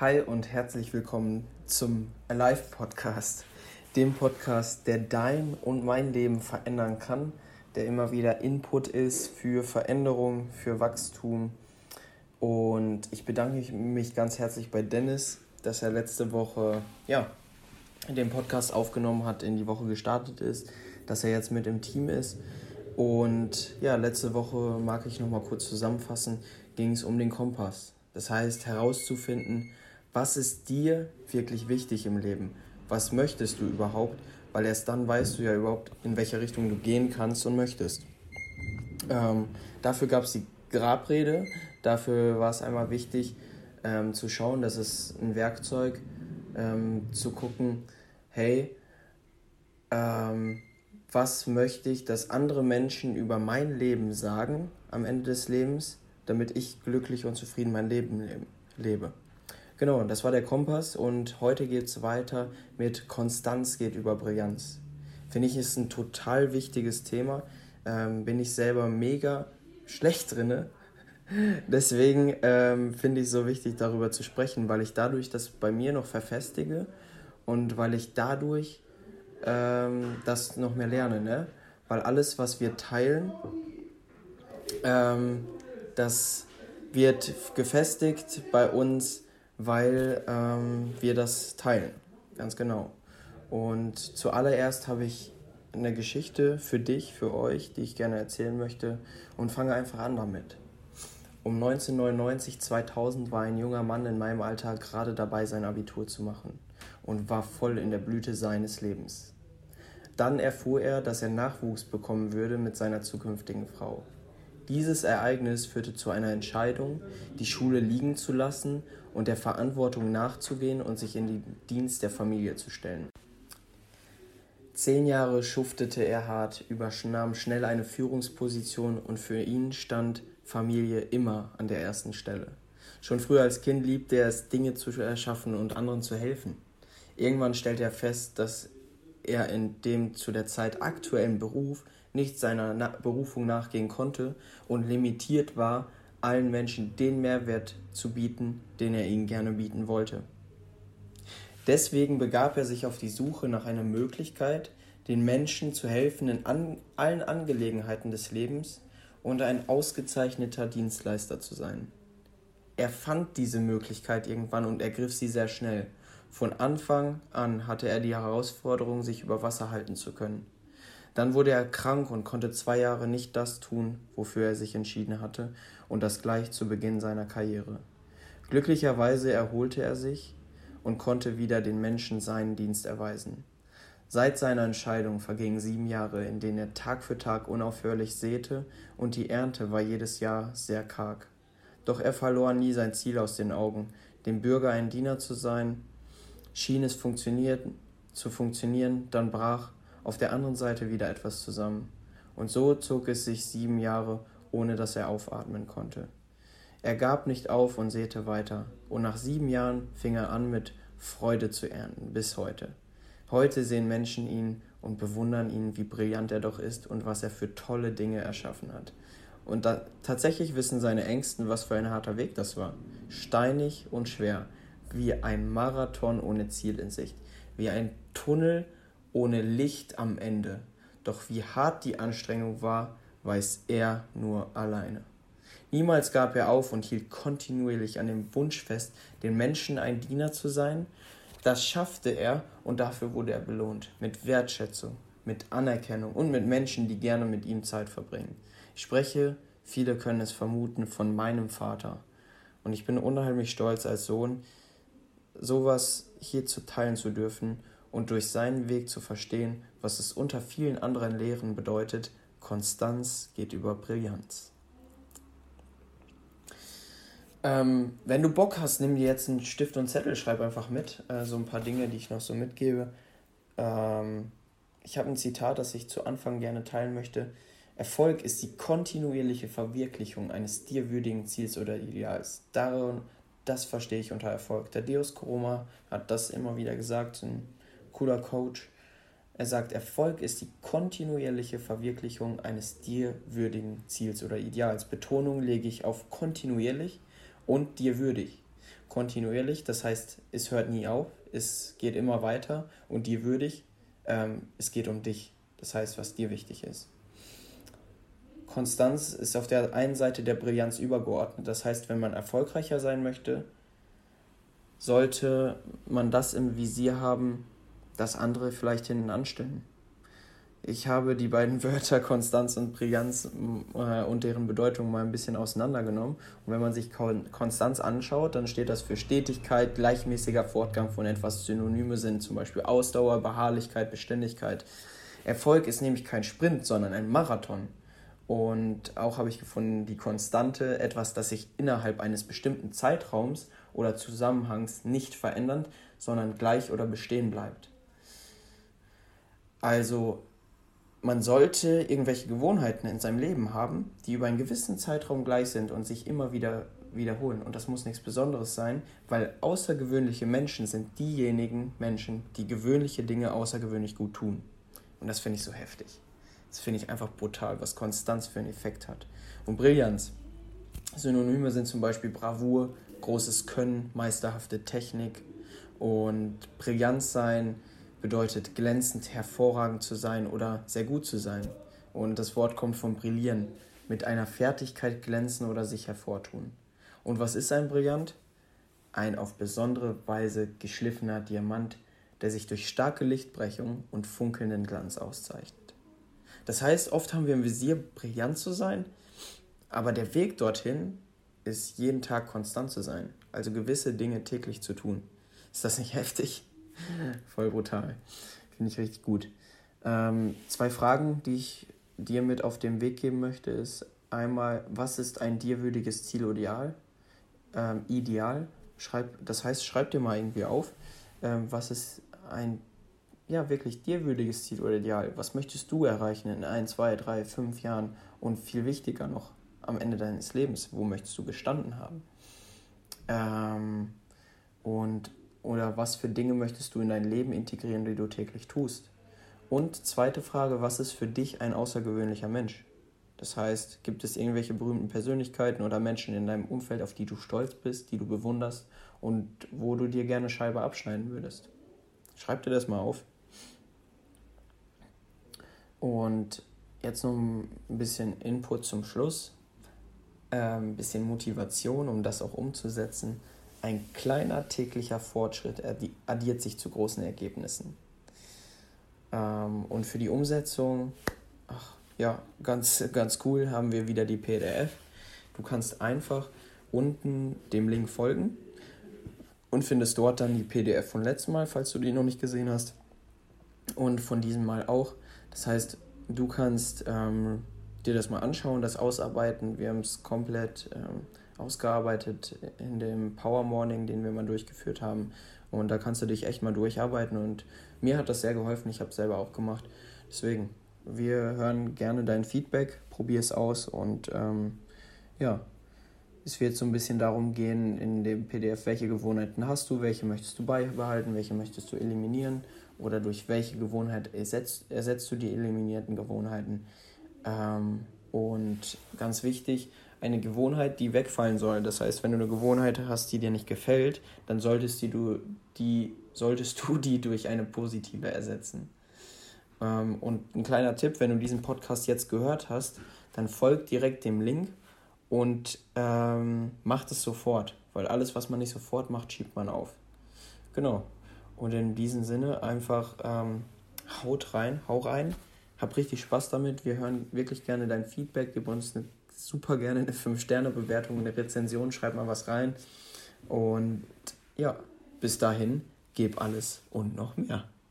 Hi und herzlich willkommen zum Alive Podcast, dem Podcast, der dein und mein Leben verändern kann, der immer wieder Input ist für Veränderung, für Wachstum. Und ich bedanke mich ganz herzlich bei Dennis, dass er letzte Woche den Podcast aufgenommen hat, in die Woche gestartet ist, dass er jetzt mit im Team ist. Und ja, letzte Woche, mag ich nochmal kurz zusammenfassen, ging es um den Kompass. Das heißt, herauszufinden, was ist dir wirklich wichtig im Leben? Was möchtest du überhaupt? Weil erst dann weißt du ja überhaupt, in welche Richtung du gehen kannst und möchtest. Dafür gab es die Grabrede. Dafür war es einmal wichtig, zu schauen, das ist ein Werkzeug, zu gucken, hey, was möchte ich, dass andere Menschen über mein Leben sagen am Ende des Lebens, damit ich glücklich und zufrieden mein Leben lebe. Genau, das war der Kompass und heute geht es weiter mit Konstanz geht über Brillanz. Finde ich, ist ein total wichtiges Thema. Bin ich selber mega schlecht drinne. Deswegen finde ich es so wichtig, darüber zu sprechen, weil ich dadurch das bei mir noch verfestige und weil ich dadurch das noch mehr lerne. Ne? Weil alles, was wir teilen, das wird gefestigt bei uns, weil wir das teilen, ganz genau. Und zuallererst habe ich eine Geschichte für dich, für euch, die ich gerne erzählen möchte und fange einfach an damit. Um 1999, 2000 war ein junger Mann in meinem Alter gerade dabei, sein Abitur zu machen und war voll in der Blüte seines Lebens. Dann erfuhr er, dass er Nachwuchs bekommen würde mit seiner zukünftigen Frau. Dieses Ereignis führte zu einer Entscheidung, die Schule liegen zu lassen und der Verantwortung nachzugehen und sich in den Dienst der Familie zu stellen. 10 Jahre schuftete er hart, übernahm schnell eine Führungsposition und für ihn stand Familie immer an der ersten Stelle. Schon früher als Kind liebte er es, Dinge zu erschaffen und anderen zu helfen. Irgendwann stellte er fest, dass er in dem zu der Zeit aktuellen Beruf nicht seiner Berufung nachgehen konnte und limitiert war, allen Menschen den Mehrwert zu bieten, den er ihnen gerne bieten wollte. Deswegen begab er sich auf die Suche nach einer Möglichkeit, den Menschen zu helfen in allen Angelegenheiten des Lebens und ein ausgezeichneter Dienstleister zu sein. Er fand diese Möglichkeit irgendwann und ergriff sie sehr schnell. Von Anfang an hatte er die Herausforderung, sich über Wasser halten zu können. Dann wurde er krank und konnte 2 Jahre nicht das tun, wofür er sich entschieden hatte, und das gleich zu Beginn seiner Karriere. Glücklicherweise erholte er sich und konnte wieder den Menschen seinen Dienst erweisen. Seit seiner Entscheidung vergingen 7 Jahre, in denen er Tag für Tag unaufhörlich säte, und die Ernte war jedes Jahr sehr karg. Doch er verlor nie sein Ziel aus den Augen, dem Bürger ein Diener zu sein. Schien es zu funktionieren, dann brach auf der anderen Seite wieder etwas zusammen. Und so zog es sich 7 Jahre, ohne dass er aufatmen konnte. Er gab nicht auf und säte weiter. Und nach 7 Jahren fing er an, mit Freude zu ernten, bis heute. Heute sehen Menschen ihn und bewundern ihn, wie brillant er doch ist und was er für tolle Dinge erschaffen hat. Und tatsächlich wissen seine Ängsten, was für ein harter Weg das war. Steinig und schwer, wie ein Marathon ohne Ziel in Sicht, wie ein Tunnel ohne Licht am Ende. Doch wie hart die Anstrengung war, weiß er nur alleine. Niemals gab er auf und hielt kontinuierlich an dem Wunsch fest, den Menschen ein Diener zu sein. Das schaffte er und dafür wurde er belohnt. Mit Wertschätzung, mit Anerkennung und mit Menschen, die gerne mit ihm Zeit verbringen. Ich spreche, viele können es vermuten, von meinem Vater. Und ich bin unheimlich stolz als Sohn, sowas hier zu teilen zu dürfen und durch seinen Weg zu verstehen, was es unter vielen anderen Lehren bedeutet, Konstanz geht über Brillanz. Wenn du Bock hast, nimm dir jetzt einen Stift und Zettel, schreib einfach mit, so ein paar Dinge, die ich noch so mitgebe. Ich habe ein Zitat, das ich zu Anfang gerne teilen möchte. Erfolg ist die kontinuierliche Verwirklichung eines dir würdigen Ziels oder Ideals. Das verstehe ich unter Erfolg. Der Deus Koroma hat das immer wieder gesagt, ein cooler Coach. Er sagt, Erfolg ist die kontinuierliche Verwirklichung eines dir würdigen Ziels oder Ideals. Betonung lege ich auf kontinuierlich und dir würdig. kontinuierlich, das heißt, es hört nie auf, es geht immer weiter und dir würdig, es geht um dich, das heißt, was dir wichtig ist. Konstanz ist auf der einen Seite der Brillanz übergeordnet, das heißt, wenn man erfolgreicher sein möchte, sollte man das im Visier haben, das andere vielleicht hinten anstellen. Ich habe die beiden Wörter Konstanz und Brillanz und deren Bedeutung mal ein bisschen auseinandergenommen. Und wenn man sich Konstanz anschaut, dann steht das für Stetigkeit, gleichmäßiger Fortgang von etwas. Synonyme sind zum Beispiel Ausdauer, Beharrlichkeit, Beständigkeit. Erfolg ist nämlich kein Sprint, sondern ein Marathon. Und auch habe ich gefunden, die Konstante, etwas, das sich innerhalb eines bestimmten Zeitraums oder Zusammenhangs nicht verändert, sondern gleich oder bestehen bleibt. Also man sollte irgendwelche Gewohnheiten in seinem Leben haben, die über einen gewissen Zeitraum gleich sind und sich immer wieder wiederholen. Und das muss nichts Besonderes sein, weil außergewöhnliche Menschen sind diejenigen Menschen, die gewöhnliche Dinge außergewöhnlich gut tun. Und das finde ich so heftig. Das finde ich einfach brutal, was Konstanz für einen Effekt hat. Und Brillanz. Synonyme sind zum Beispiel Bravour, großes Können, meisterhafte Technik. Und Brillanz sein bedeutet glänzend, hervorragend zu sein oder sehr gut zu sein. Und das Wort kommt von brillieren, mit einer Fertigkeit glänzen oder sich hervortun. Und was ist ein Brillant? Ein auf besondere Weise geschliffener Diamant, der sich durch starke Lichtbrechung und funkelnden Glanz auszeichnet. Das heißt, oft haben wir im Visier, brillant zu sein, aber der Weg dorthin ist, jeden Tag konstant zu sein, also gewisse Dinge täglich zu tun. Ist das nicht heftig? Voll brutal. Finde ich richtig gut. 2 Fragen, die ich dir mit auf den Weg geben möchte, ist einmal, was ist ein dir würdiges Ziel oder Ideal? Schreib dir mal irgendwie auf, was ist ein wirklich dir würdiges Ziel oder Ideal? Was möchtest du erreichen in 1, 2, 3, 5 Jahren? Und viel wichtiger noch, am Ende deines Lebens, wo möchtest du gestanden haben? Oder was für Dinge möchtest du in dein Leben integrieren, die du täglich tust? Und zweite Frage, was ist für dich ein außergewöhnlicher Mensch? Das heißt, gibt es irgendwelche berühmten Persönlichkeiten oder Menschen in deinem Umfeld, auf die du stolz bist, die du bewunderst und wo du dir gerne Scheibe abschneiden würdest? Schreib dir das mal auf. Und jetzt noch ein bisschen Input zum Schluss, ein bisschen Motivation, um das auch umzusetzen. Ein kleiner täglicher Fortschritt addiert sich zu großen Ergebnissen. Und für die Umsetzung, ganz, ganz cool, haben wir wieder die PDF. Du kannst einfach unten dem Link folgen und findest dort dann die PDF von letztem Mal, falls du die noch nicht gesehen hast. Und von diesem Mal auch. Das heißt, du kannst dir das mal anschauen, das ausarbeiten. Wir haben es komplett ausgearbeitet in dem Power Morning, den wir mal durchgeführt haben. Und da kannst du dich echt mal durcharbeiten. Und mir hat das sehr geholfen. Ich habe es selber auch gemacht. Deswegen, wir hören gerne dein Feedback. Probier es aus. Und es wird so ein bisschen darum gehen in dem PDF, welche Gewohnheiten hast du, welche möchtest du beibehalten, welche möchtest du eliminieren oder durch welche Gewohnheit ersetzt du die eliminierten Gewohnheiten. Und ganz wichtig, eine Gewohnheit, die wegfallen soll. Das heißt, wenn du eine Gewohnheit hast, die dir nicht gefällt, dann solltest du die durch eine positive ersetzen. Und ein kleiner Tipp, wenn du diesen Podcast jetzt gehört hast, dann folg direkt dem Link und mach das sofort, weil alles, was man nicht sofort macht, schiebt man auf. Genau. Und in diesem Sinne einfach hau rein, hab richtig Spaß damit. Wir hören wirklich gerne dein Feedback, gib uns super gerne eine 5-Sterne-Bewertung, eine Rezension, schreib mal was rein. Und ja, bis dahin, gib alles und noch mehr.